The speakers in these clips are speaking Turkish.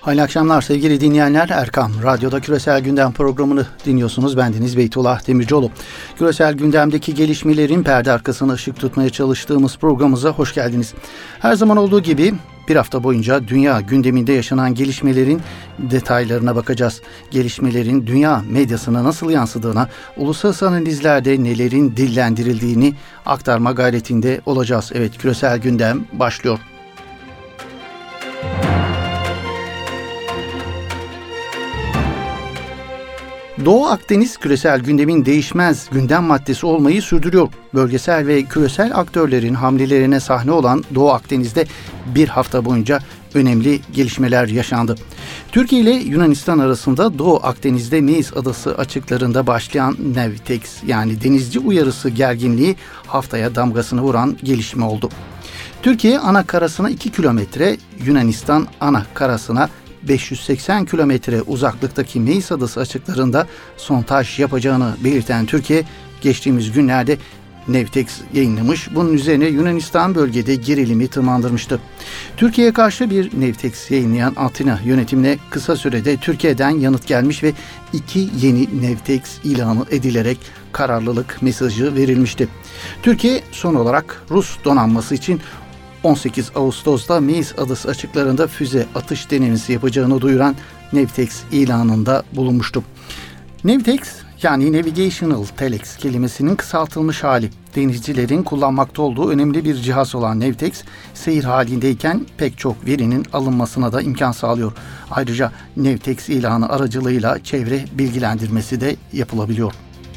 Hayırlı akşamlar sevgili dinleyenler. Erkam Radyo'da Küresel Gündem programını dinliyorsunuz. Bendeniz Beytullah Demircioğlu. Küresel gündemdeki gelişmelerin perde arkasına ışık tutmaya çalıştığımız programımıza hoş geldiniz. Her zaman olduğu gibi bir hafta boyunca dünya gündeminde yaşanan gelişmelerin detaylarına bakacağız. Gelişmelerin dünya medyasına nasıl yansıdığına, uluslararası analizlerde nelerin dillendirildiğini aktarma gayretinde olacağız. Evet, Küresel Gündem başlıyor. Doğu Akdeniz küresel gündemin değişmez gündem maddesi olmayı sürdürüyor. Bölgesel ve küresel aktörlerin hamlelerine sahne olan Doğu Akdeniz'de bir hafta boyunca önemli gelişmeler yaşandı. Türkiye ile Yunanistan arasında Doğu Akdeniz'de Meis Adası açıklarında başlayan Navtex yani denizci uyarısı gerginliği haftaya damgasını vuran gelişme oldu. Türkiye ana karasına 2 kilometre, Yunanistan ana karasına 580 kilometre uzaklıktaki Meis Adası açıklarında sondaj yapacağını belirten Türkiye, geçtiğimiz günlerde Navtex yayınlamış. Bunun üzerine Yunanistan bölgede gerilimi tırmandırmıştı. Türkiye'ye karşı bir Navtex yayınlayan Atina yönetimine kısa sürede Türkiye'den yanıt gelmiş ve 2 yeni Navtex ilanı edilerek kararlılık mesajı verilmişti. Türkiye son olarak Rus donanması için 18 Ağustos'ta Meis Adası açıklarında füze atış denemesi yapacağını duyuran Navtex ilanında bulunmuştu. Navtex yani Navigational Telex kelimesinin kısaltılmış hali. Denizcilerin kullanmakta olduğu önemli bir cihaz olan Navtex, seyir halindeyken pek çok verinin alınmasına da imkan sağlıyor. Ayrıca Navtex ilanı aracılığıyla çevre bilgilendirmesi de yapılabiliyor.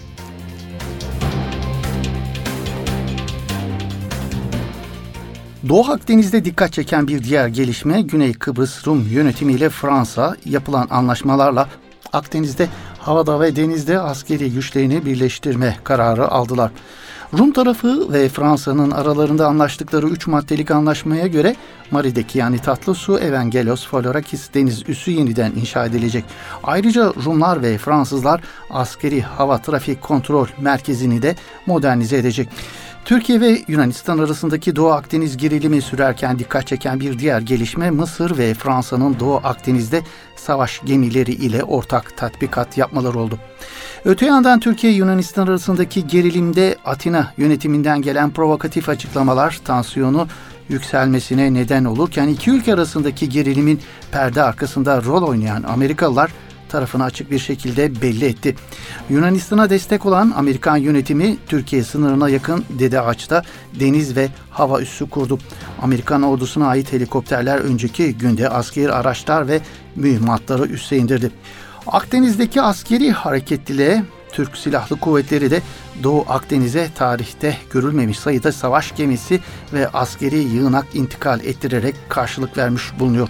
Doğu Akdeniz'de dikkat çeken bir diğer gelişme, Güney Kıbrıs Rum yönetimiyle Fransa yapılan anlaşmalarla Akdeniz'de havada ve denizde askeri güçlerini birleştirme kararı aldılar. Rum tarafı ve Fransa'nın aralarında anlaştıkları 3 maddelik anlaşmaya göre Mari'deki yani tatlı su Evangelos Florakis deniz üssü yeniden inşa edilecek. Ayrıca Rumlar ve Fransızlar askeri hava trafik kontrol merkezini de modernize edecek. Türkiye ve Yunanistan arasındaki Doğu Akdeniz gerilimi sürerken dikkat çeken bir diğer gelişme, Mısır ve Fransa'nın Doğu Akdeniz'de savaş gemileri ile ortak tatbikat yapmaları oldu. Öte yandan Türkiye-Yunanistan arasındaki gerilimde Atina yönetiminden gelen provokatif açıklamalar tansiyonu yükselmesine neden olurken iki ülke arasındaki gerilimin perde arkasında rol oynayan Amerikalılar tarafını açık bir şekilde belli etti. Yunanistan'a destek olan Amerikan yönetimi Türkiye sınırına yakın Dede Ağaç'ta deniz ve hava üssü kurdu. Amerikan ordusuna ait helikopterler önceki günde askeri araçlar ve mühimmatları üsse indirdi. Akdeniz'deki askeri hareketliliğe Türk Silahlı Kuvvetleri de Doğu Akdeniz'e tarihte görülmemiş sayıda savaş gemisi ve askeri yığınak intikal ettirerek karşılık vermiş bulunuyor.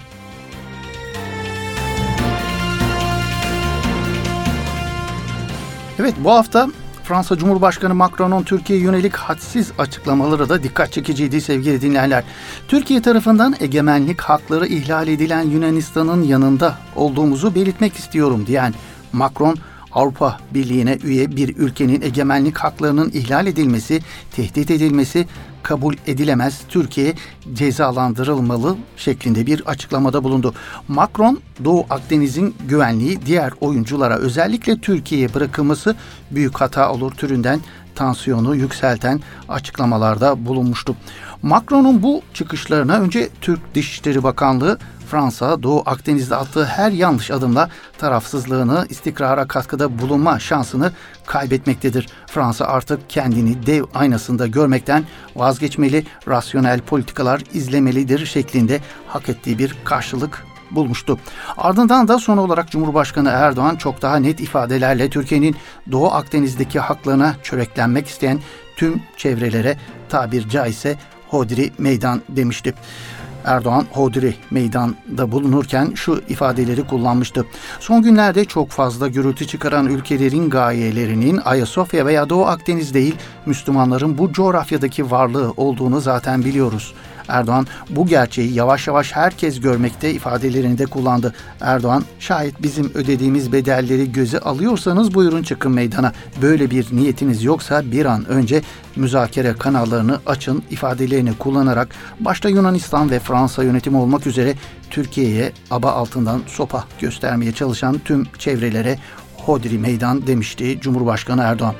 Evet, bu hafta Fransa Cumhurbaşkanı Macron'un Türkiye'ye yönelik hadsiz açıklamaları da dikkat çekiciydi sevgili dinleyenler. Türkiye tarafından egemenlik hakları ihlal edilen Yunanistan'ın yanında olduğumuzu belirtmek istiyorum diyen Macron, Avrupa Birliği'ne üye bir ülkenin egemenlik haklarının ihlal edilmesi, tehdit edilmesi kabul edilemez, Türkiye cezalandırılmalı şeklinde bir açıklamada bulundu. Macron, Doğu Akdeniz'in güvenliği diğer oyunculara özellikle Türkiye'ye bırakılması büyük hata olur türünden tansiyonu yükselten açıklamalarda bulunmuştu. Macron'un bu çıkışlarına önce Türk Dışişleri Bakanlığı, Fransa, Doğu Akdeniz'de attığı her yanlış adımla tarafsızlığını, istikrara katkıda bulunma şansını kaybetmektedir. Fransa artık kendini dev aynasında görmekten vazgeçmeli, rasyonel politikalar izlemelidir şeklinde hak ettiği bir karşılık bulmuştu. Ardından da son olarak Cumhurbaşkanı Erdoğan çok daha net ifadelerle Türkiye'nin Doğu Akdeniz'deki haklarına çöreklenmek isteyen tüm çevrelere tabir caizse hodri meydan demişti. Erdoğan hodri meydanda bulunurken şu ifadeleri kullanmıştı. Son günlerde çok fazla gürültü çıkaran ülkelerin gayelerinin Ayasofya veya Doğu Akdeniz değil, Müslümanların bu coğrafyadaki varlığı olduğunu zaten biliyoruz. Erdoğan bu gerçeği yavaş yavaş herkes görmekte ifadelerinde kullandı. Erdoğan, şayet bizim ödediğimiz bedelleri göze alıyorsanız buyurun çıkın meydana. Böyle bir niyetiniz yoksa bir an önce müzakere kanallarını açın ifadelerini kullanarak başta Yunanistan ve Fransa yönetimi olmak üzere Türkiye'ye aba altından sopa göstermeye çalışan tüm çevrelere hodri meydan demişti Cumhurbaşkanı Erdoğan.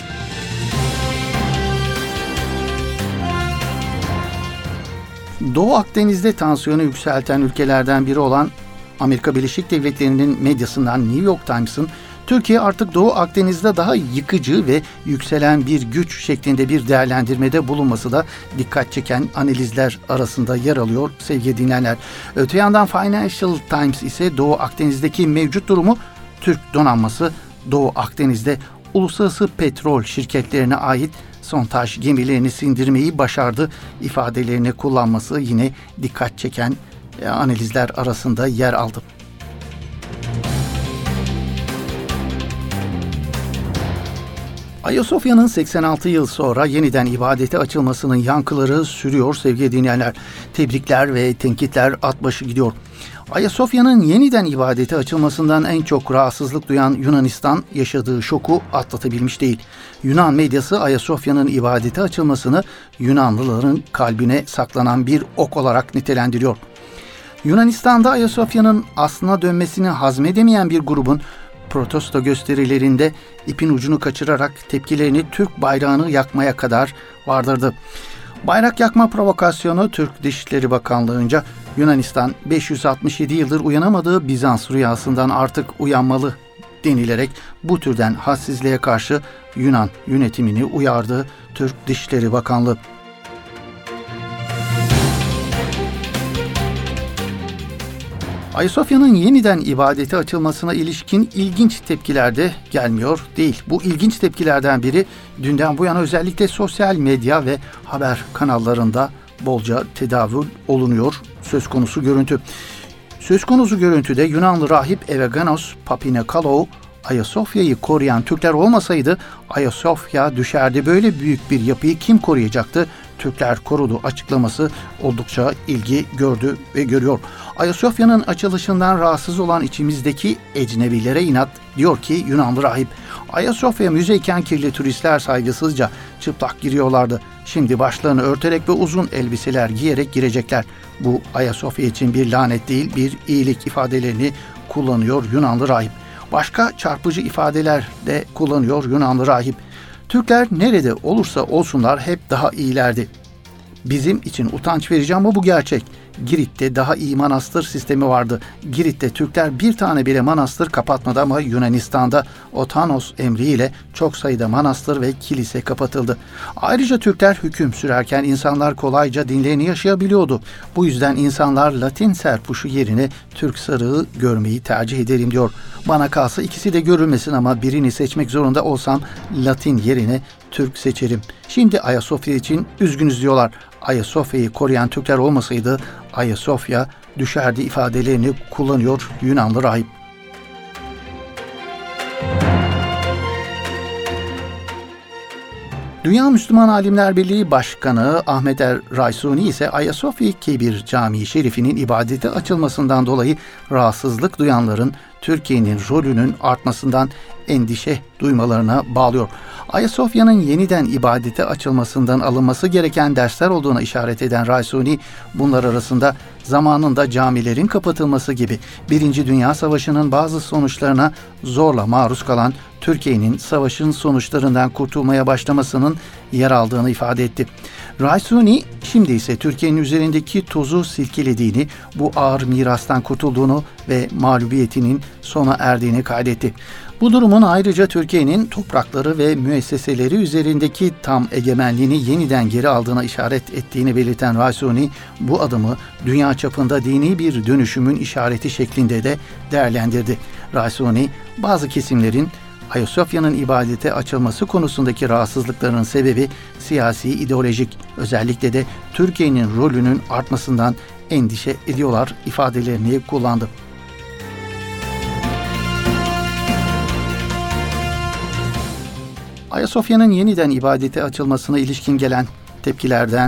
Doğu Akdeniz'de tansiyonu yükselten ülkelerden biri olan Amerika Birleşik Devletleri'nin medyasından New York Times'ın Türkiye artık Doğu Akdeniz'de daha yıkıcı ve yükselen bir güç şeklinde bir değerlendirmede bulunması da dikkat çeken analizler arasında yer alıyor sevgili dinleyenler. Öte yandan Financial Times ise Doğu Akdeniz'deki mevcut durumu Türk donanması Doğu Akdeniz'de uluslararası petrol şirketlerine ait sondaj gemilerini sindirmeyi başardı ifadelerini kullanması yine dikkat çeken analizler arasında yer aldı. Ayasofya'nın 86 yıl sonra yeniden ibadete açılmasının yankıları sürüyor sevgili dinleyenler. Tebrikler ve tenkitler at başı gidiyor. Ayasofya'nın yeniden ibadete açılmasından en çok rahatsızlık duyan Yunanistan yaşadığı şoku atlatabilmiş değil. Yunan medyası Ayasofya'nın ibadete açılmasını Yunanlıların kalbine saklanan bir ok olarak nitelendiriyor. Yunanistan'da Ayasofya'nın aslına dönmesini hazmedemeyen bir grubun protesto gösterilerinde ipin ucunu kaçırarak tepkilerini Türk bayrağını yakmaya kadar vardırdı. Bayrak yakma provokasyonu Türk Dışişleri Bakanlığı'nca Yunanistan 567 yıldır uyanamadığı Bizans rüyasından artık uyanmalı denilerek bu türden hassizliğe karşı Yunan yönetimini uyardı Türk Dışişleri Bakanlığı. Ayasofya'nın yeniden ibadete açılmasına ilişkin ilginç tepkiler de gelmiyor değil. Bu ilginç tepkilerden biri dünden bu yana özellikle sosyal medya ve haber kanallarında bolca tedavül olunuyor söz konusu görüntü. Söz konusu görüntüde Yunanlı rahip Eveganos Papinekalou, Ayasofya'yı koruyan Türkler olmasaydı Ayasofya düşerdi. Böyle büyük bir yapıyı kim koruyacaktı? Türkler korudu açıklaması oldukça ilgi gördü ve görüyor. Ayasofya'nın açılışından rahatsız olan içimizdeki ecnebilere inat diyor ki Yunanlı rahip. Ayasofya müzeyken kirli turistler saygısızca çıplak giriyorlardı. Şimdi başlarını örterek ve uzun elbiseler giyerek girecekler. Bu Ayasofya için bir lanet değil bir iyilik ifadelerini kullanıyor Yunanlı rahip. Başka çarpıcı ifadeler de kullanıyor Yunanlı rahip. Türkler nerede olursa olsunlar hep daha iyilerdi. Bizim için utanç verici ama bu gerçek. Girit'te daha iyi manastır sistemi vardı. Girit'te Türkler bir tane bile manastır kapatmadı ama Yunanistan'da Otanos emriyle çok sayıda manastır ve kilise kapatıldı. Ayrıca Türkler hüküm sürerken insanlar kolayca dinlerini yaşayabiliyordu. Bu yüzden insanlar Latin serpuşu yerine Türk sarığı görmeyi tercih ederim diyor. Bana kalsa ikisi de görülmesin ama birini seçmek zorunda olsam Latin yerine Türk seçerim. Şimdi Ayasofya için üzgünüz diyorlar. Ayasofya'yı koruyan Türkler olmasaydı Ayasofya düşerdi ifadelerini kullanıyor Yunanlı rahip. Dünya Müslüman Alimler Birliği Başkanı Ahmet Raysuni ise Ayasofya Kebir Camii Şerifi'nin ibadete açılmasından dolayı rahatsızlık duyanların Türkiye'nin rolünün artmasından endişe duymalarına bağlıyor. Ayasofya'nın yeniden ibadete açılmasından alınması gereken dersler olduğuna işaret eden Raysuni, bunlar arasında zamanında camilerin kapatılması gibi Birinci Dünya Savaşı'nın bazı sonuçlarına zorla maruz kalan Türkiye'nin savaşın sonuçlarından kurtulmaya başlamasının yer aldığını ifade etti. Raysuni, şimdi ise Türkiye'nin üzerindeki tozu silkelediğini, bu ağır mirastan kurtulduğunu ve mağlubiyetinin sona erdiğini kaydetti. Bu durumun ayrıca Türkiye'nin toprakları ve müesseseleri üzerindeki tam egemenliğini yeniden geri aldığına işaret ettiğini belirten Raysuni, bu adımı dünya çapında dini bir dönüşümün işareti şeklinde de değerlendirdi. Raysuni, bazı kesimlerin Ayasofya'nın ibadete açılması konusundaki rahatsızlıklarının sebebi siyasi, ideolojik, özellikle de Türkiye'nin rolünün artmasından endişe ediyorlar ifadelerini kullandı. Ayasofya'nın yeniden ibadete açılmasına ilişkin gelen tepkilerden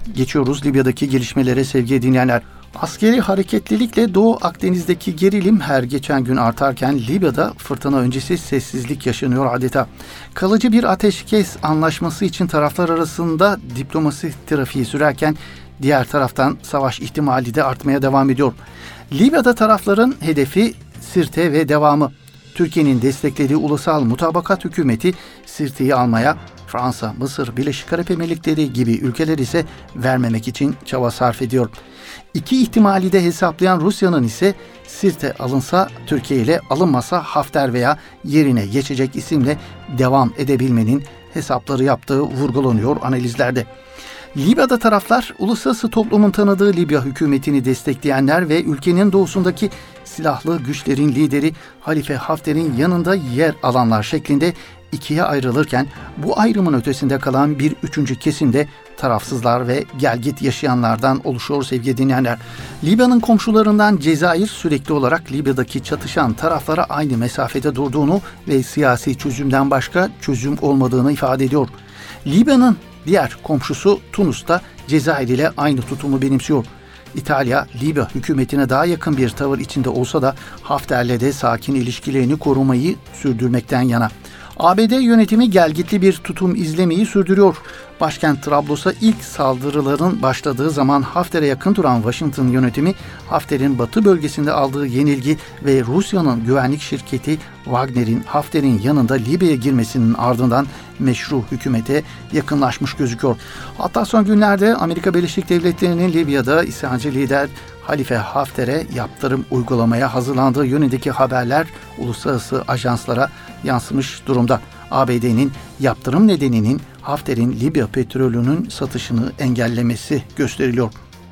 Geçiyoruz Libya'daki gelişmelere sevgili dinleyenler. Askeri hareketlilikle Doğu Akdeniz'deki gerilim her geçen gün artarken Libya'da fırtına öncesi sessizlik yaşanıyor adeta. Kalıcı bir ateşkes anlaşması için taraflar arasında diplomasi trafiği sürerken diğer taraftan savaş ihtimali de artmaya devam ediyor. Libya'da tarafların hedefi Sirte ve devamı. Türkiye'nin desteklediği Ulusal Mutabakat Hükümeti Sirte'yi almaya, Fransa, Mısır, Birleşik Arap Emirlikleri gibi ülkeler ise vermemek için çaba sarf ediyor. İki ihtimali de hesaplayan Rusya'nın ise Sirte alınsa Türkiye ile, alınmasa Hafter veya yerine geçecek isimle devam edebilmenin hesapları yaptığı vurgulanıyor analizlerde. Libya'da taraflar, uluslararası toplumun tanıdığı Libya hükümetini destekleyenler ve ülkenin doğusundaki silahlı güçlerin lideri Halife Hafter'in yanında yer alanlar şeklinde ikiye ayrılırken, bu ayrımın ötesinde kalan bir üçüncü kesim de tarafsızlar ve gelgit yaşayanlardan oluşuyor sevgili dinleyenler. Libya'nın komşularından Cezayir sürekli olarak Libya'daki çatışan taraflara aynı mesafede durduğunu ve siyasi çözümden başka çözüm olmadığını ifade ediyor. Libya'nın diğer komşusu Tunus da Cezayir ile aynı tutumu benimsiyor. İtalya, Libya hükümetine daha yakın bir tavır içinde olsa da Hafter'le de sakin ilişkilerini korumayı sürdürmekten yana. ABD yönetimi gelgitli bir tutum izlemeyi sürdürüyor. Başkent Trablus'a ilk saldırıların başladığı zaman Hafter'e yakın duran Washington yönetimi, Hafter'in batı bölgesinde aldığı yenilgi ve Rusya'nın güvenlik şirketi Wagner'in Hafter'in yanında Libya'ya girmesinin ardından meşru hükümete yakınlaşmış gözüküyor. Hatta son günlerde Amerika Birleşik Devletleri'nin Libya'da isyancı lider Halife Hafter'e yaptırım uygulamaya hazırlandığı yönündeki haberler uluslararası ajanslara yansımış durumda. ABD'nin yaptırım nedeninin Hafter'in Libya petrolünün satışını engellemesi gösteriliyor.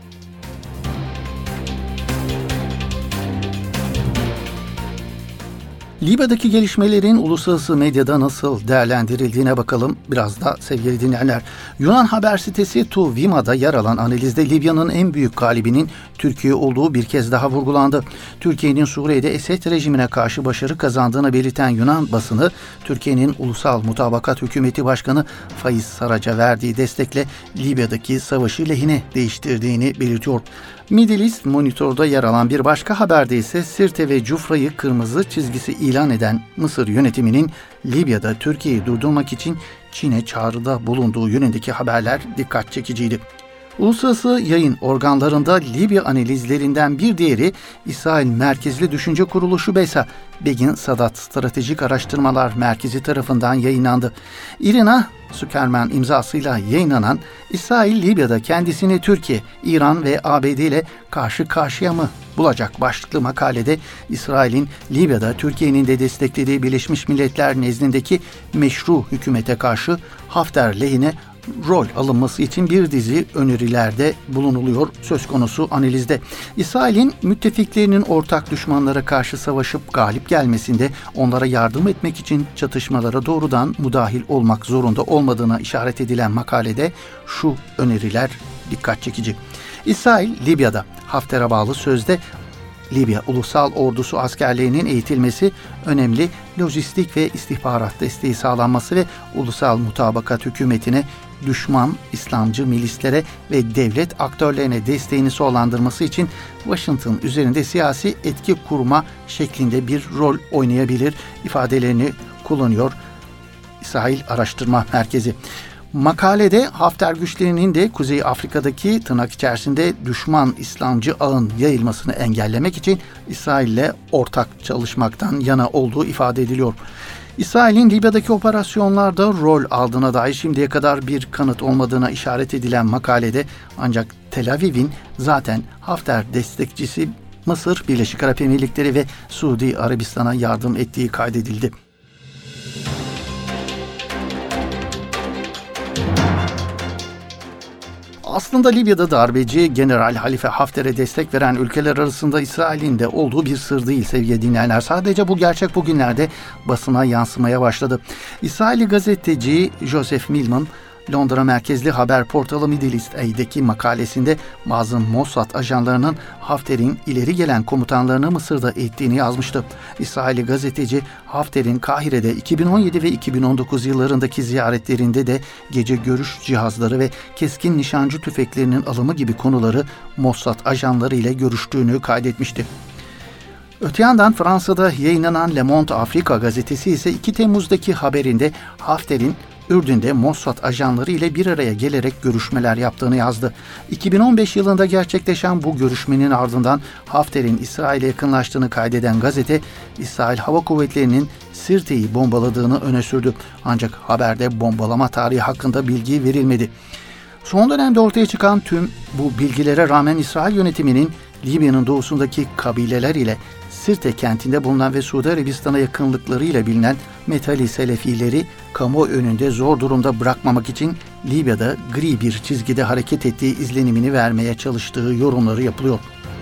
Libya'daki gelişmelerin uluslararası medyada nasıl değerlendirildiğine bakalım biraz da sevgili dinleyenler. Yunan haber sitesi Tuvima'da yer alan analizde Libya'nın en büyük galibinin Türkiye olduğu bir kez daha vurgulandı. Türkiye'nin Suriye'de Esed rejimine karşı başarı kazandığını belirten Yunan basını, Türkiye'nin Ulusal Mutabakat Hükümeti Başkanı Faiz Sarrac'a verdiği destekle Libya'daki savaşı lehine değiştirdiğini belirtiyor. Middle East Monitor'da yer alan bir başka haberde ise Sirte ve Cufra'yı kırmızı çizgisi ilan eden Mısır yönetiminin Libya'da Türkiye'yi durdurmak için Çin'e çağrıda bulunduğu yönündeki haberler dikkat çekiciydi. Uluslararası yayın organlarında Libya analizlerinden bir diğeri İsrail merkezli düşünce kuruluşu BESA, Begin Sadat Stratejik Araştırmalar Merkezi tarafından yayınlandı. Irina Zuckerman imzasıyla yayınlanan İsrail Libya'da kendisini Türkiye, İran ve ABD ile karşı karşıya mı bulacak başlıklı makalede İsrail'in Libya'da Türkiye'nin de desteklediği Birleşmiş Milletler nezdindeki meşru hükümete karşı Hafter lehine rol alınması için bir dizi önerilerde bulunuluyor söz konusu analizde. İsrail'in müttefiklerinin ortak düşmanlara karşı savaşıp galip gelmesinde onlara yardım etmek için çatışmalara doğrudan müdahil olmak zorunda olmadığına işaret edilen makalede şu öneriler dikkat çekici. İsrail, Libya'da Hafter'e bağlı sözde Libya Ulusal Ordusu askerlerinin eğitilmesi, önemli lojistik ve istihbarat desteği sağlanması ve ulusal mutabakat hükümetine, düşman İslamcı milislere ve devlet aktörlerine desteğini sonlandırması için Washington üzerinde siyasi etki kurma şeklinde bir rol oynayabilir ifadelerini kullanıyor İsrail Araştırma Merkezi. Makalede Hafter güçlerinin de Kuzey Afrika'daki tırnak içerisinde düşman İslamcı ağın yayılmasını engellemek için İsrail'le ortak çalışmaktan yana olduğu ifade ediliyor. İsrail'in Libya'daki operasyonlarda rol aldığına dair şimdiye kadar bir kanıt olmadığına işaret edilen makalede ancak Tel Aviv'in zaten Hafter destekçisi Mısır, Birleşik Arap Emirlikleri ve Suudi Arabistan'a yardım ettiği kaydedildi. Aslında Libya'da darbeci General Halife Hafter'e destek veren ülkeler arasında İsrail'in de olduğu bir sır değil sevgili dinleyenler. Sadece bu gerçek bugünlerde basına yansımaya başladı. İsrailli gazeteci Joseph Milman, Londra merkezli haber portalı Middle East Eye'deki makalesinde bazı Mossad ajanlarının Hafter'in ileri gelen komutanlarını Mısır'da eğittiğini yazmıştı. İsrailli gazeteci Hafter'in Kahire'de 2017 ve 2019 yıllarındaki ziyaretlerinde de gece görüş cihazları ve keskin nişancı tüfeklerinin alımı gibi konuları Mossad ajanları ile görüştüğünü kaydetmişti. Öte yandan Fransa'da yayınlanan Le Monde Afrika gazetesi ise 2 Temmuz'daki haberinde Hafter'in Ürdün'de Mossad ajanları ile bir araya gelerek görüşmeler yaptığını yazdı. 2015 yılında gerçekleşen bu görüşmenin ardından Hafter'in İsrail'e yakınlaştığını kaydeden gazete, İsrail Hava Kuvvetleri'nin Sirte'yi bombaladığını öne sürdü. Ancak haberde bombalama tarihi hakkında bilgi verilmedi. Son dönemde ortaya çıkan tüm bu bilgilere rağmen İsrail yönetiminin Libya'nın doğusundaki kabileler ile Sirte kentinde bulunan ve Suudi Arabistan'a yakınlıklarıyla bilinen Metali Selefileri kamuoyu önünde zor durumda bırakmamak için Libya'da gri bir çizgide hareket ettiği izlenimini vermeye çalıştığı yorumları yapılıyor.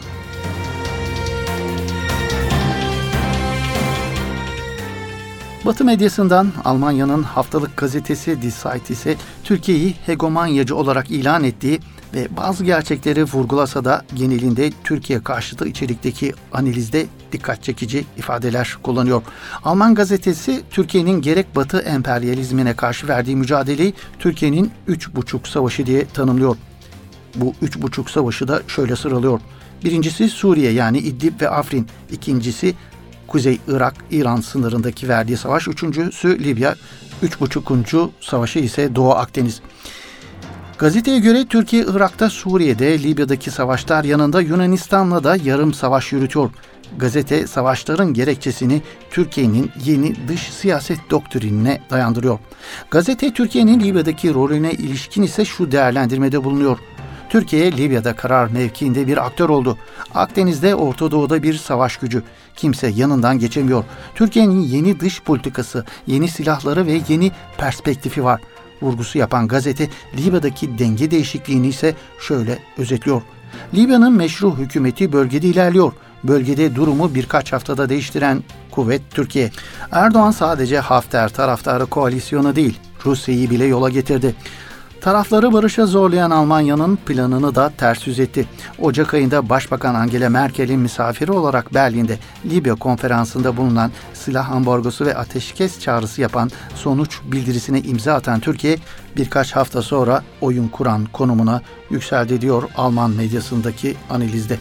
Batı medyasından Almanya'nın haftalık gazetesi Die Zeit ise Türkiye'yi hegemonyacı olarak ilan ettiği ve bazı gerçekleri vurgulasa da genelinde Türkiye karşıtı içerikteki analizde dikkat çekici ifadeler kullanıyor. Alman gazetesi Türkiye'nin gerek Batı emperyalizmine karşı verdiği mücadeleyi Türkiye'nin 3,5 savaşı diye tanımlıyor. Bu 3,5 savaşı da şöyle sıralıyor. Birincisi Suriye yani İdlib ve Afrin. İkincisi Kuzey Irak, İran sınırındaki verdiği savaş. Üçüncüsü Libya. 3,5. savaşı ise Doğu Akdeniz. Gazeteye göre Türkiye, Irak'ta, Suriye'de, Libya'daki savaşlar yanında Yunanistan'la da yarım savaş yürütüyor. Gazete savaşların gerekçesini Türkiye'nin yeni dış siyaset doktrinine dayandırıyor. Gazete Türkiye'nin Libya'daki rolüne ilişkin ise şu değerlendirmede bulunuyor. Türkiye, Libya'da karar mevkiinde bir aktör oldu. Akdeniz'de, Orta Doğu'da bir savaş gücü. Kimse yanından geçemiyor. Türkiye'nin yeni dış politikası, yeni silahları ve yeni perspektifi var. Vurgusu yapan gazete, Libya'daki denge değişikliğini ise şöyle özetliyor. Libya'nın meşru hükümeti bölgede ilerliyor. Bölgede durumu birkaç haftada değiştiren kuvvet Türkiye. Erdoğan sadece Hafter taraftarı koalisyonu değil, Rusya'yı bile yola getirdi. Tarafları barışa zorlayan Almanya'nın planını da ters yüz etti. Ocak ayında Başbakan Angela Merkel'in misafiri olarak Berlin'de Libya konferansında bulunan silah ambargosu ve ateşkes çağrısı yapan sonuç bildirisine imza atan Türkiye birkaç hafta sonra oyun kuran konumuna yükseldi diyor Alman medyasındaki analizde.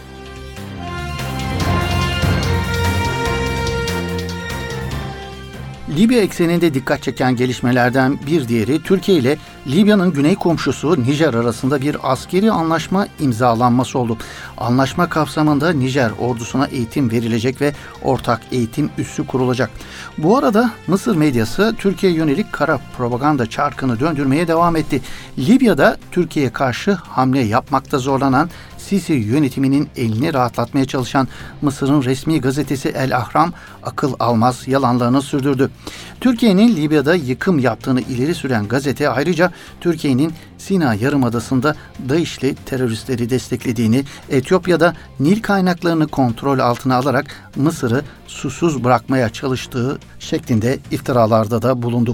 Libya ekseninde dikkat çeken gelişmelerden bir diğeri Türkiye ile Libya'nın güney komşusu Nijer arasında bir askeri anlaşma imzalanması oldu. Anlaşma kapsamında Nijer ordusuna eğitim verilecek ve ortak eğitim üssü kurulacak. Bu arada Mısır medyası Türkiye yönelik kara propaganda çarkını döndürmeye devam etti. Libya'da Türkiye'ye karşı hamle yapmakta zorlanan Sisi yönetiminin elini rahatlatmaya çalışan Mısır'ın resmi gazetesi El Ahram akıl almaz yalanlarını sürdürdü. Türkiye'nin Libya'da yıkım yaptığını ileri süren gazete ayrıca Türkiye'nin Sina Yarımadası'nda DAEŞ'li teröristleri desteklediğini, Etiyopya'da Nil kaynaklarını kontrol altına alarak Mısır'ı susuz bırakmaya çalıştığı şeklinde iftiralarda da bulundu.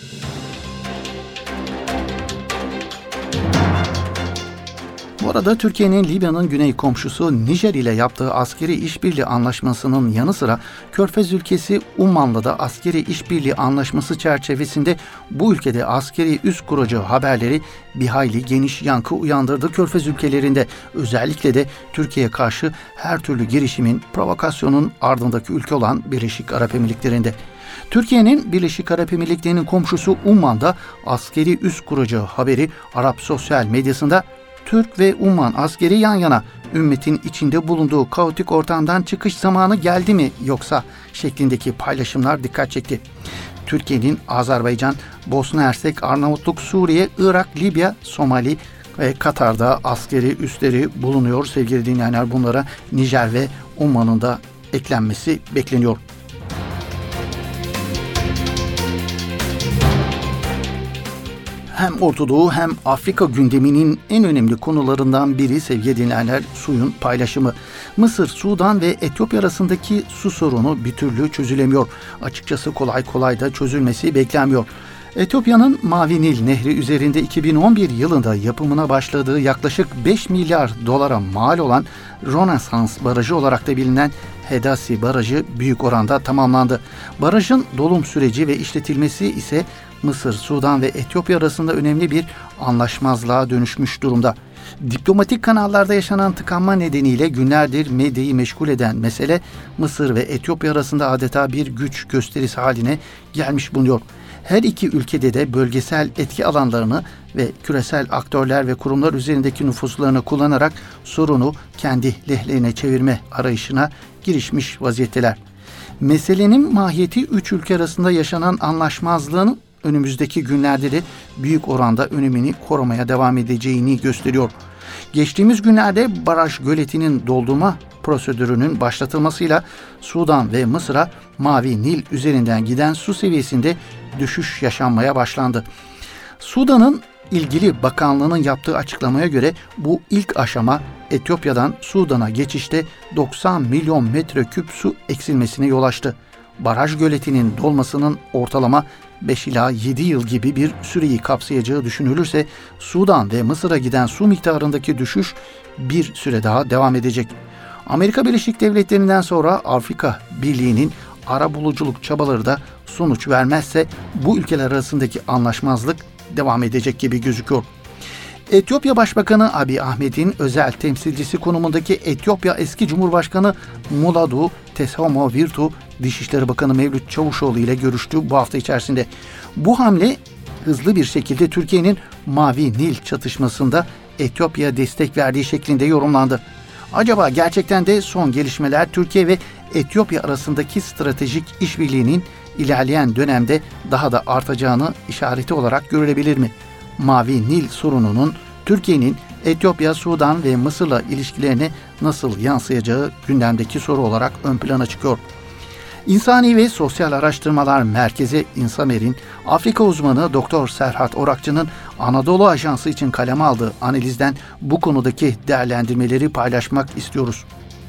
Bu arada Türkiye'nin Libya'nın güney komşusu Nijer ile yaptığı askeri işbirliği anlaşmasının yanı sıra Körfez ülkesi Umman'la da askeri işbirliği anlaşması çerçevesinde bu ülkede askeri üs kuracağı haberleri bir hayli geniş yankı uyandırdı Körfez ülkelerinde. Özellikle de Türkiye'ye karşı her türlü girişimin, provokasyonun ardındaki ülke olan Birleşik Arap Emirlikleri'nde. Türkiye'nin Birleşik Arap Emirlikleri'nin komşusu Umman'da askeri üs kuracağı haberi Arap sosyal medyasında Türk ve Umman askeri yan yana, ümmetin içinde bulunduğu kaotik ortamdan çıkış zamanı geldi mi yoksa şeklindeki paylaşımlar dikkat çekti. Türkiye'nin Azerbaycan, Bosna Hersek, Arnavutluk, Suriye, Irak, Libya, Somali ve Katar'da askeri üsleri bulunuyor. Sevgili dinleyenler, bunlara Nijer ve Umman'ın da eklenmesi bekleniyor. Hem Orta Doğu hem Afrika gündeminin en önemli konularından biri sevgili dinleyenler suyun paylaşımı. Mısır, Sudan ve Etiyopya arasındaki su sorunu bir türlü çözülemiyor. Açıkçası kolay kolay da çözülmesi beklenmiyor. Etiyopya'nın Mavi Nil Nehri üzerinde 2011 yılında yapımına başladığı yaklaşık 5 milyar dolara mal olan Rönesans Barajı olarak da bilinen Hedasi Barajı büyük oranda tamamlandı. Barajın dolum süreci ve işletilmesi ise Mısır, Sudan ve Etiyopya arasında önemli bir anlaşmazlığa dönüşmüş durumda. Diplomatik kanallarda yaşanan tıkanma nedeniyle günlerdir medyayı meşgul eden mesele Mısır ve Etiyopya arasında adeta bir güç gösterisi haline gelmiş bulunuyor. Her iki ülkede de bölgesel etki alanlarını ve küresel aktörler ve kurumlar üzerindeki nüfuzlarını kullanarak sorunu kendi lehlerine çevirme arayışına girişmiş vaziyetteler. Meselenin mahiyeti üç ülke arasında yaşanan anlaşmazlığın önümüzdeki günlerde de büyük oranda önemini korumaya devam edeceğini gösteriyor. Geçtiğimiz günlerde baraj göletinin doldurma prosedürünün başlatılmasıyla Sudan ve Mısır'a Mavi Nil üzerinden giden su seviyesinde düşüş yaşanmaya başlandı. Sudan'ın ilgili bakanlığının yaptığı açıklamaya göre bu ilk aşama Etiyopya'dan Sudan'a geçişte 90 milyon metreküp su eksilmesine yol açtı. Baraj göletinin dolmasının ortalama 5 ila 7 yıl gibi bir süreyi kapsayacağı düşünülürse Sudan ve Mısır'a giden su miktarındaki düşüş bir süre daha devam edecek. Amerika Birleşik Devletleri'nden sonra Afrika Birliği'nin arabuluculuk çabaları da sonuç vermezse bu ülkeler arasındaki anlaşmazlık devam edecek gibi gözüküyor. Etiyopya Başbakanı Abiy Ahmed'in özel temsilcisi konumundaki Etiyopya eski Cumhurbaşkanı Muladu Teshome Virtu, Dışişleri Bakanı Mevlüt Çavuşoğlu ile görüştü bu hafta içerisinde. Bu hamle hızlı bir şekilde Türkiye'nin Mavi Nil çatışmasında Etiyopya'ya destek verdiği şeklinde yorumlandı. Acaba gerçekten de son gelişmeler Türkiye ve Etiyopya arasındaki stratejik işbirliğinin ilerleyen dönemde daha da artacağını işareti olarak görülebilir mi? Mavi Nil sorununun Türkiye'nin Etiyopya, Sudan ve Mısır'la ilişkilerine nasıl yansıyacağı gündemdeki soru olarak ön plana çıkıyor. İnsani ve Sosyal Araştırmalar Merkezi İnsamer'in Afrika uzmanı Doktor Serhat Orakçı'nın Anadolu Ajansı için kaleme aldığı analizden bu konudaki değerlendirmeleri paylaşmak istiyoruz.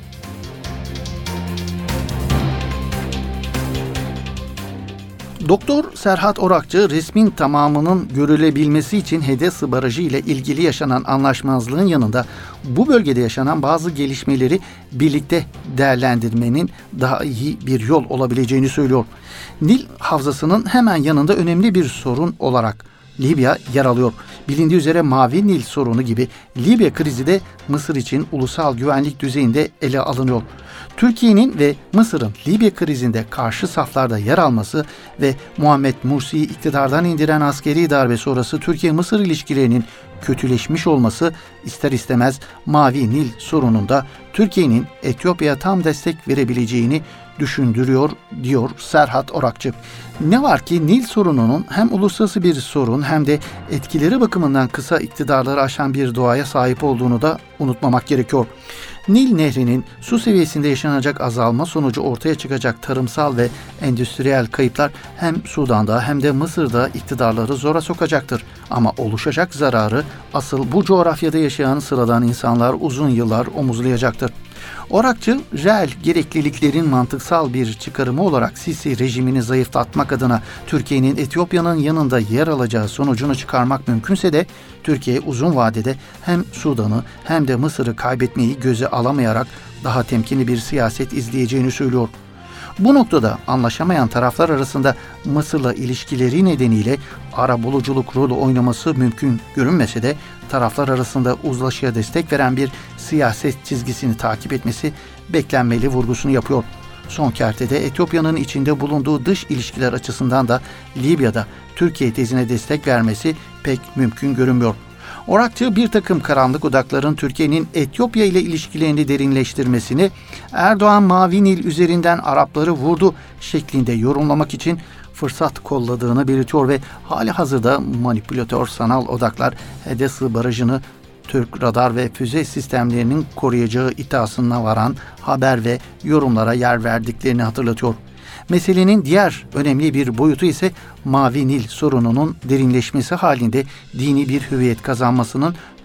Doktor Serhat Orakçı, resmin tamamının görülebilmesi için Hedesi Barajı ile ilgili yaşanan anlaşmazlığın yanında bu bölgede yaşanan bazı gelişmeleri birlikte değerlendirmenin daha iyi bir yol olabileceğini söylüyor. Nil Havzası'nın hemen yanında önemli bir sorun olarak Libya yer alıyor. Bilindiği üzere Mavi Nil sorunu gibi Libya krizi de Mısır için ulusal güvenlik düzeyinde ele alınıyor. Türkiye'nin ve Mısır'ın Libya krizinde karşı saflarda yer alması ve Muhammed Mursi'yi iktidardan indiren askeri darbe sonrası Türkiye-Mısır ilişkilerinin kötüleşmiş olması ister istemez Mavi Nil sorununda Türkiye'nin Etiyopya'ya tam destek verebileceğini düşündürüyor, diyor Serhat Orakçı. Ne var ki Nil sorununun hem uluslararası bir sorun hem de etkileri bakımından kısa iktidarları aşan bir doğaya sahip olduğunu da unutmamak gerekiyor. Nil Nehri'nin su seviyesinde yaşanacak azalma sonucu ortaya çıkacak tarımsal ve endüstriyel kayıplar hem Sudan'da hem de Mısır'da iktidarları zora sokacaktır. Ama oluşacak zararı asıl bu coğrafyada yaşayan sıradan insanlar uzun yıllar omuzlayacaktır. Orakçı, reel gerekliliklerin mantıksal bir çıkarımı olarak Sisi rejimini zayıflatmak adına Türkiye'nin Etiyopya'nın yanında yer alacağı sonucunu çıkarmak mümkünse de Türkiye uzun vadede hem Sudan'ı hem de Mısır'ı kaybetmeyi göze alamayarak daha temkinli bir siyaset izleyeceğini söylüyor. Bu noktada anlaşamayan taraflar arasında Mısır'la ilişkileri nedeniyle arabuluculuk rolü oynaması mümkün görünmese de taraflar arasında uzlaşıya destek veren bir siyaset çizgisini takip etmesi beklenmeli vurgusunu yapıyor. Son kertede Etiyopya'nın içinde bulunduğu dış ilişkiler açısından da Libya'da Türkiye tezine destek vermesi pek mümkün görünmüyor. Orakçı bir takım karanlık odakların Türkiye'nin Etiyopya ile ilişkilerini derinleştirmesini Erdoğan Mavi Nil üzerinden Arapları vurdu şeklinde yorumlamak için fırsat kolladığını belirtiyor ve hali hazırda manipülatör sanal odaklar Hedesi Barajı'nı Türk radar ve füze sistemlerinin koruyacağı iddiasına varan haber ve yorumlara yer verdiklerini hatırlatıyor. Meselenin diğer önemli bir boyutu ise Mavi Nil sorununun derinleşmesi halinde dini bir hüviyet kazanmasının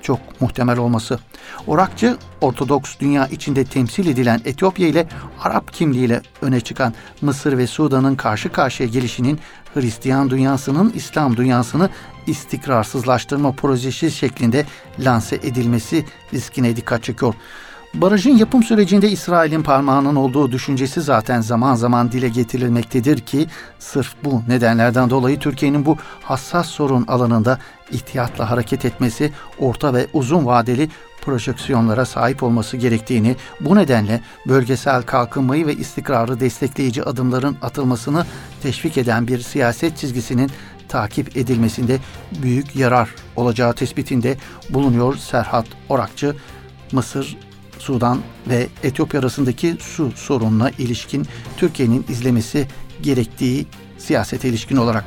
çok muhtemel olması. Orakçı, Ortodoks dünya içinde temsil edilen Etiyopya ile Arap kimliğiyle öne çıkan Mısır ve Sudan'ın karşı karşıya gelişinin Hristiyan dünyasının İslam dünyasını istikrarsızlaştırma projesi şeklinde lanse edilmesi riskine dikkat çekiyor. Barajın yapım sürecinde İsrail'in parmağının olduğu düşüncesi zaten zaman zaman dile getirilmektedir ki sırf bu nedenlerden dolayı Türkiye'nin bu hassas sorun alanında ihtiyatla hareket etmesi, orta ve uzun vadeli projeksiyonlara sahip olması gerektiğini, bu nedenle bölgesel kalkınmayı ve istikrarı destekleyici adımların atılmasını teşvik eden bir siyaset çizgisinin takip edilmesinde büyük yarar olacağı tespitinde bulunuyor Serhat Orakçı. Mısır, Sudan ve Etiyopya arasındaki su sorununa ilişkin Türkiye'nin izlemesi gerektiği siyasete ilişkin olarak.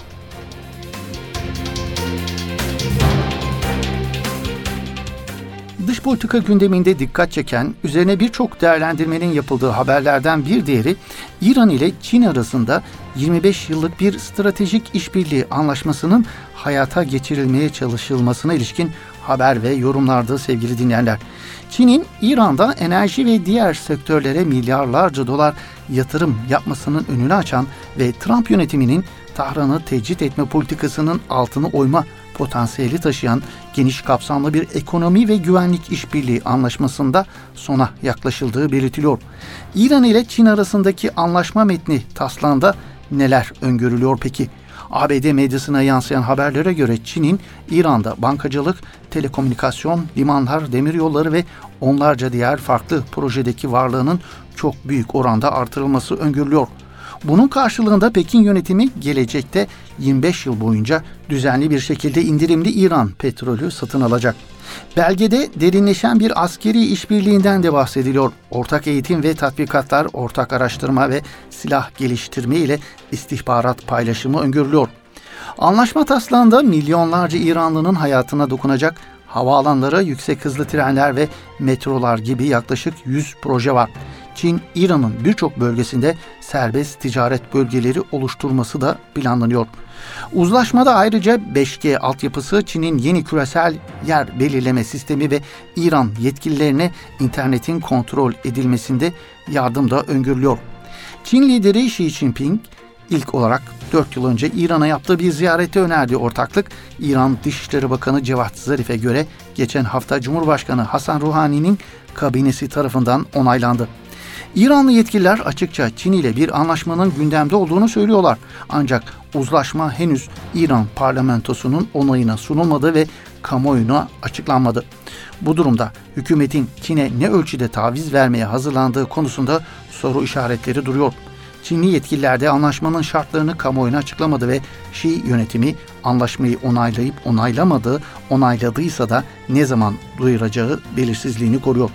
Dış politika gündeminde dikkat çeken, üzerine birçok değerlendirmenin yapıldığı haberlerden bir diğeri, İran ile Çin arasında 25 yıllık bir stratejik işbirliği anlaşmasının hayata geçirilmeye çalışılmasına ilişkin haber ve yorumlardı sevgili dinleyenler. Çin'in İran'da enerji ve diğer sektörlere milyarlarca dolar yatırım yapmasının önünü açan ve Trump yönetiminin Tahran'ı tecrit etme politikasının altını oyma potansiyeli taşıyan geniş kapsamlı bir ekonomi ve güvenlik işbirliği anlaşmasında sona yaklaşıldığı belirtiliyor. İran ile Çin arasındaki anlaşma metni taslağında neler öngörülüyor peki? ABD medyasına yansıyan haberlere göre Çin'in İran'da bankacılık, telekomünikasyon, limanlar, demiryolları ve onlarca diğer farklı projedeki varlığının çok büyük oranda artırılması öngörülüyor. Bunun karşılığında Pekin yönetimi gelecekte 25 yıl boyunca düzenli bir şekilde indirimli İran petrolü satın alacak. Belgede derinleşen bir askeri işbirliğinden de bahsediliyor. Ortak eğitim ve tatbikatlar, ortak araştırma ve silah geliştirme ile istihbarat paylaşımı öngörülüyor. Anlaşma taslağında milyonlarca İranlının hayatına dokunacak havaalanları, yüksek hızlı trenler ve metrolar gibi yaklaşık 100 proje var. Çin, İran'ın birçok bölgesinde serbest ticaret bölgeleri oluşturması da planlanıyor. Uzlaşmada ayrıca 5G altyapısı, Çin'in yeni küresel yer belirleme sistemi ve İran yetkililerine internetin kontrol edilmesinde yardım da öngörülüyor. Çin lideri Xi Jinping ilk olarak 4 yıl önce İran'a yaptığı bir ziyarette önerdiği ortaklık, İran Dışişleri Bakanı Cevat Zarif'e göre geçen hafta Cumhurbaşkanı Hasan Ruhani'nin kabinesi tarafından onaylandı. İranlı yetkililer açıkça Çin ile bir anlaşmanın gündemde olduğunu söylüyorlar. Ancak uzlaşma henüz İran parlamentosunun onayına sunulmadı ve kamuoyuna açıklanmadı. Bu durumda hükümetin Çin'e ne ölçüde taviz vermeye hazırlandığı konusunda soru işaretleri duruyor. Çinli yetkililer de anlaşmanın şartlarını kamuoyuna açıklamadı ve Şii yönetimi anlaşmayı onaylayıp onayladıysa da ne zaman duyuracağı belirsizliğini koruyor.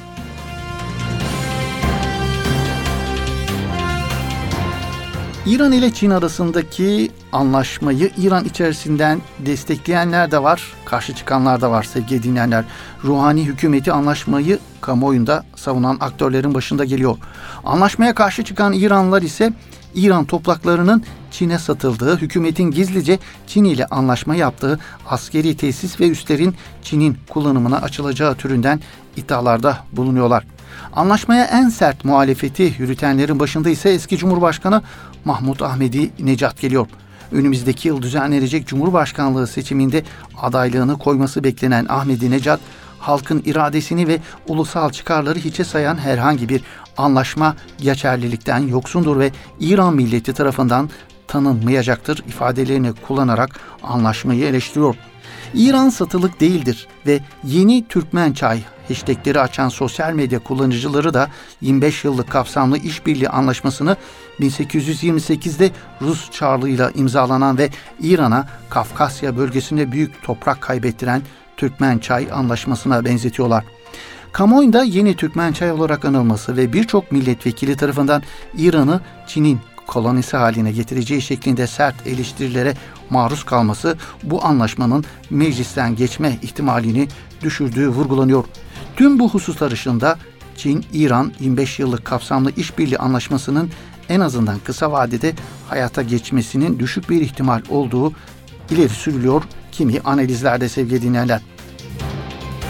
İran ile Çin arasındaki anlaşmayı İran içerisinden destekleyenler de var, karşı çıkanlar da var sevgili dinleyenler. Ruhani hükümeti anlaşmayı kamuoyunda savunan aktörlerin başında geliyor. Anlaşmaya karşı çıkan İranlılar ise İran topraklarının Çin'e satıldığı, hükümetin gizlice Çin ile anlaşma yaptığı askeri tesis ve üslerin Çin'in kullanımına açılacağı türünden iddialarda bulunuyorlar. Anlaşmaya en sert muhalefeti yürütenlerin başında ise eski Cumhurbaşkanı Mahmut Ahmedi Necat geliyor. Önümüzdeki yıl düzenlenecek Cumhurbaşkanlığı seçiminde adaylığını koyması beklenen Ahmedi Necat, halkın iradesini ve ulusal çıkarları hiçe sayan herhangi bir anlaşma geçerlilikten yoksundur ve İran milleti tarafından tanınmayacaktır ifadelerini kullanarak anlaşmayı eleştiriyor. İran satılık değildir ve yeni Türkmençay hashtagleri açan sosyal medya kullanıcıları da 25 yıllık kapsamlı işbirliği anlaşmasını 1828'de Rus çarlığıyla imzalanan ve İran'a Kafkasya bölgesinde büyük toprak kaybettiren Türkmençay anlaşmasına benzetiyorlar. Kamuoyunda yeni Türkmençay olarak anılması ve birçok milletvekili tarafından İran'ı Çin'in kolonisi haline getireceği şeklinde sert eleştirilere maruz kalması bu anlaşmanın meclisten geçme ihtimalini düşürdüğü vurgulanıyor. Tüm bu hususlar ışığında Çin-İran 25 yıllık kapsamlı işbirliği anlaşmasının en azından kısa vadede hayata geçmesinin düşük bir ihtimal olduğu ileri sürülüyor kimi analizlerde sevgili dinleyenler.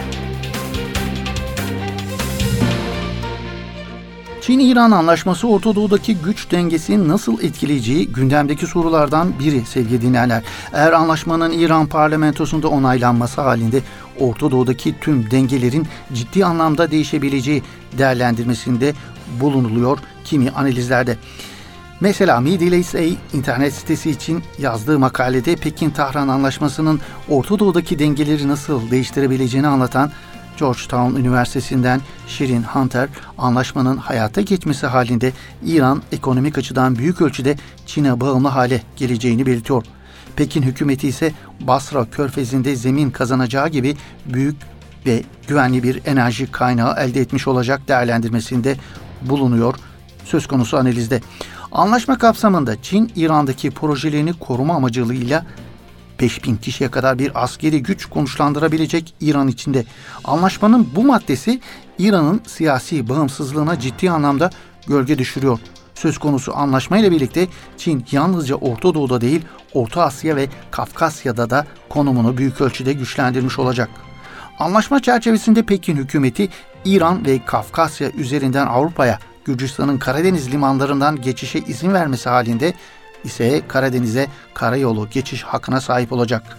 Çin-İran anlaşması Orta Doğu'daki güç dengesini nasıl etkileyeceği gündemdeki sorulardan biri sevgili dinleyenler. Eğer anlaşmanın İran parlamentosunda onaylanması halinde Orta Doğu'daki tüm dengelerin ciddi anlamda değişebileceği değerlendirmesinde bulunuluyor kimi analizlerde. Mesela Middle East internet sitesi için yazdığı makalede Pekin-Tahran anlaşmasının Orta Doğu'daki dengeleri nasıl değiştirebileceğini anlatan Georgetown Üniversitesi'nden Shirin Hunter, anlaşmanın hayata geçmesi halinde İran ekonomik açıdan büyük ölçüde Çin'e bağımlı hale geleceğini belirtiyor. Pekin hükümeti ise Basra Körfezi'nde zemin kazanacağı gibi büyük ve güvenli bir enerji kaynağı elde etmiş olacak değerlendirmesinde bulunuyor söz konusu analizde. Anlaşma kapsamında Çin, İran'daki projelerini koruma amacıyla 5.000 kişiye kadar bir askeri güç konuşlandırabilecek İran içinde. Anlaşmanın bu maddesi İran'ın siyasi bağımsızlığına ciddi anlamda gölge düşürüyor. Söz konusu anlaşmayla birlikte Çin yalnızca Orta Doğu'da değil, Orta Asya ve Kafkasya'da da konumunu büyük ölçüde güçlendirmiş olacak. Anlaşma çerçevesinde Pekin hükümeti İran ve Kafkasya üzerinden Avrupa'ya Gürcistan'ın Karadeniz limanlarından geçişe izin vermesi halinde ise Karadeniz'e karayolu geçiş hakkına sahip olacak.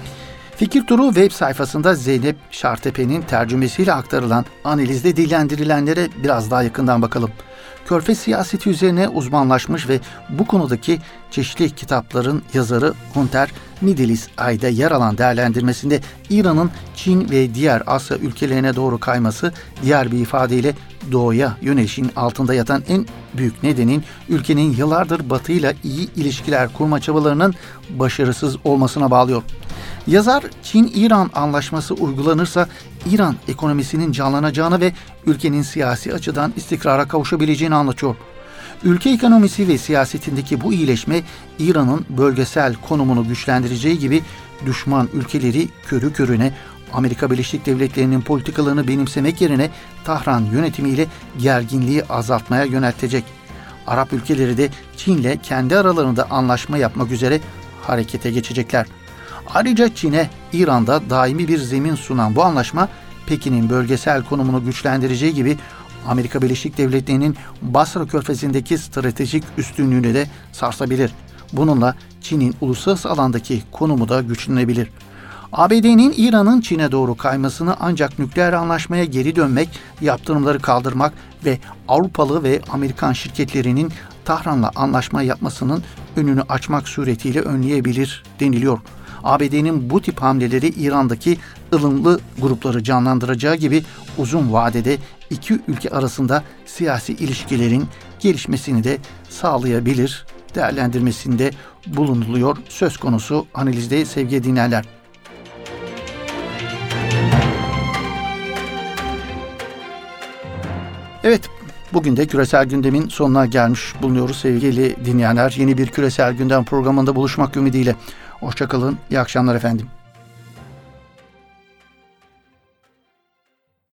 Fikir Turu web sayfasında Zeynep Şartepe'nin tercümesiyle aktarılan analizde dillendirilenlere biraz daha yakından bakalım. Körfez siyaseti üzerine uzmanlaşmış ve bu konudaki çeşitli kitapların yazarı Hunter, Middle East Eye'da yer alan değerlendirmesinde İran'ın Çin ve diğer Asya ülkelerine doğru kayması, diğer bir ifadeyle doğuya yönelişin altında yatan en büyük nedenin ülkenin yıllardır Batı ile iyi ilişkiler kurma çabalarının başarısız olmasına bağlıyor. Yazar, Çin-İran anlaşması uygulanırsa İran ekonomisinin canlanacağını ve ülkenin siyasi açıdan istikrara kavuşabileceğini anlatıyor. Ülke ekonomisi ve siyasetindeki bu iyileşme İran'ın bölgesel konumunu güçlendireceği gibi düşman ülkeleri körü körüne Amerika Birleşik Devletleri'nin politikalarını benimsemek yerine Tahran yönetimiyle gerginliği azaltmaya yöneltecek. Arap ülkeleri de Çin'le kendi aralarında anlaşma yapmak üzere harekete geçecekler. Ayrıca Çin'e İran'da daimi bir zemin sunan bu anlaşma Pekin'in bölgesel konumunu güçlendireceği gibi Amerika Birleşik Devletleri'nin Basra Körfezi'ndeki stratejik üstünlüğünü de sarsabilir. Bununla Çin'in uluslararası alandaki konumu da güçlenebilir. ABD'nin İran'ın Çin'e doğru kaymasını ancak nükleer anlaşmaya geri dönmek, yaptırımları kaldırmak ve Avrupalı ve Amerikan şirketlerinin Tahran'la anlaşma yapmasının önünü açmak suretiyle önleyebilir deniliyor. ABD'nin bu tip hamleleri İran'daki ılımlı grupları canlandıracağı gibi uzun vadede iki ülke arasında siyasi ilişkilerin gelişmesini de sağlayabilir değerlendirmesinde bulunuluyor söz konusu analizde sevgili dinleyenler. Evet, bugün de küresel gündemin sonuna gelmiş bulunuyoruz sevgili dinleyenler. Yeni bir küresel gündem programında buluşmak ümidiyle. Hoşça kalın, iyi akşamlar efendim.